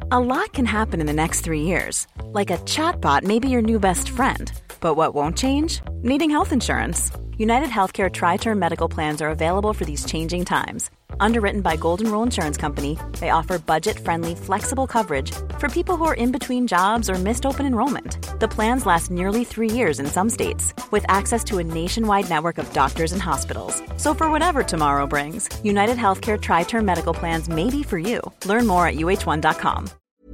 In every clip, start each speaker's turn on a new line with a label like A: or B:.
A: A lot can happen in the next 3 years. Like a chatbot may be your new best friend. But what won't change? Needing health insurance. United Healthcare Tri-Term Medical Plans are available for these changing times. Underwritten by Golden Rule Insurance Company, they offer budget-friendly, flexible coverage for people who are in between jobs or missed open enrollment. The plans last nearly 3 years in some states, with access to a nationwide network of doctors and hospitals. So for whatever tomorrow brings, United Healthcare Tri-Term Medical Plans may be for you. Learn more at uh1.com.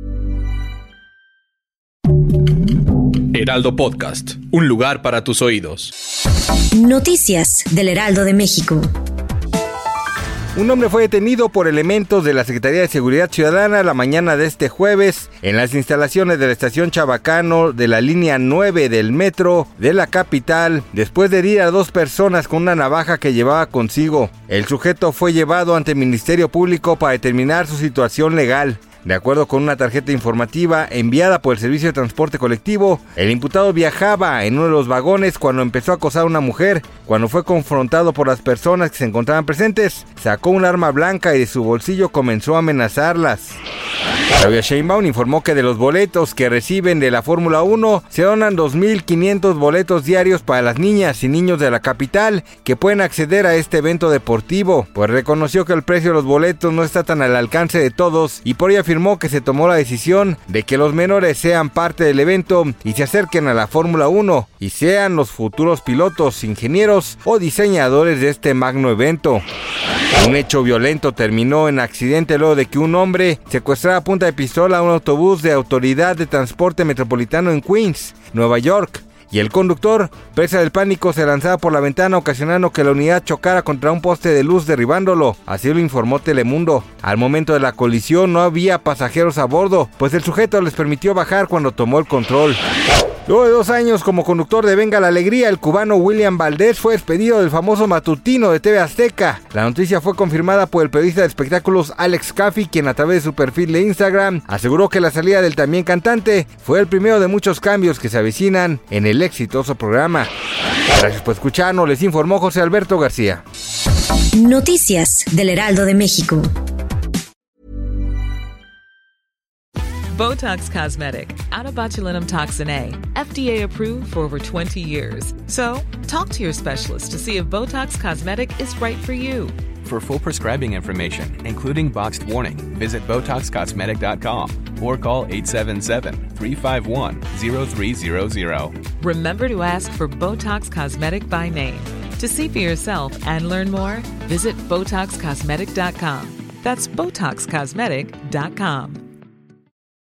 B: Heraldo Podcast, un lugar para tus oídos.
C: Noticias del Heraldo de México.
D: Un hombre fue detenido por elementos de la Secretaría de Seguridad Ciudadana la mañana de este jueves en las instalaciones de la estación Chabacano de la línea 9 del metro de la capital, después de herir a 2 personas con una navaja que llevaba consigo. El sujeto fue llevado ante el Ministerio Público para determinar su situación legal. De acuerdo con una tarjeta informativa enviada por el Servicio de Transporte Colectivo, el imputado viajaba en uno de los vagones cuando empezó a acosar a una mujer. Cuando fue confrontado por las personas que se encontraban presentes, sacó un arma blanca y de su bolsillo comenzó a amenazarlas. Claudia Sheinbaum informó que de los boletos que reciben de la Fórmula 1, se donan 2,500 boletos diarios para las niñas y niños de la capital que pueden acceder a este evento deportivo, pues reconoció que el precio de los boletos no está tan al alcance de todos y por ello afirmó que se tomó la decisión de que los menores sean parte del evento y se acerquen a la Fórmula 1 y sean los futuros pilotos, ingenieros o diseñadores de este magno evento. Un hecho violento terminó en accidente luego de que un hombre secuestrara a punta de pistola a un autobús de Autoridad de Transporte Metropolitano en Queens, Nueva York. Y el conductor, presa del pánico, se lanzaba por la ventana ocasionando que la unidad chocara contra un poste de luz derribándolo. Así lo informó Telemundo. Al momento de la colisión no había pasajeros a bordo, pues el sujeto les permitió bajar cuando tomó el control. Luego de 2 años como conductor de Venga la Alegría, el cubano William Valdés fue despedido del famoso matutino de TV Azteca. La noticia fue confirmada por el periodista de espectáculos Alex Caffey, quien a través de su perfil de Instagram aseguró que la salida del también cantante fue el primero de muchos cambios que se avecinan en el exitoso programa. Gracias por escucharnos, les informó José Alberto García.
C: Noticias del Heraldo de México.
E: Botox Cosmetic, out of botulinum toxin A, FDA approved for over 20 years. So, talk to your specialist to see if Botox Cosmetic is right for you.
F: For full prescribing information, including boxed warning, visit BotoxCosmetic.com or call 877-351-0300.
E: Remember to ask for Botox Cosmetic by name. To see for yourself and learn more, visit BotoxCosmetic.com. That's BotoxCosmetic.com.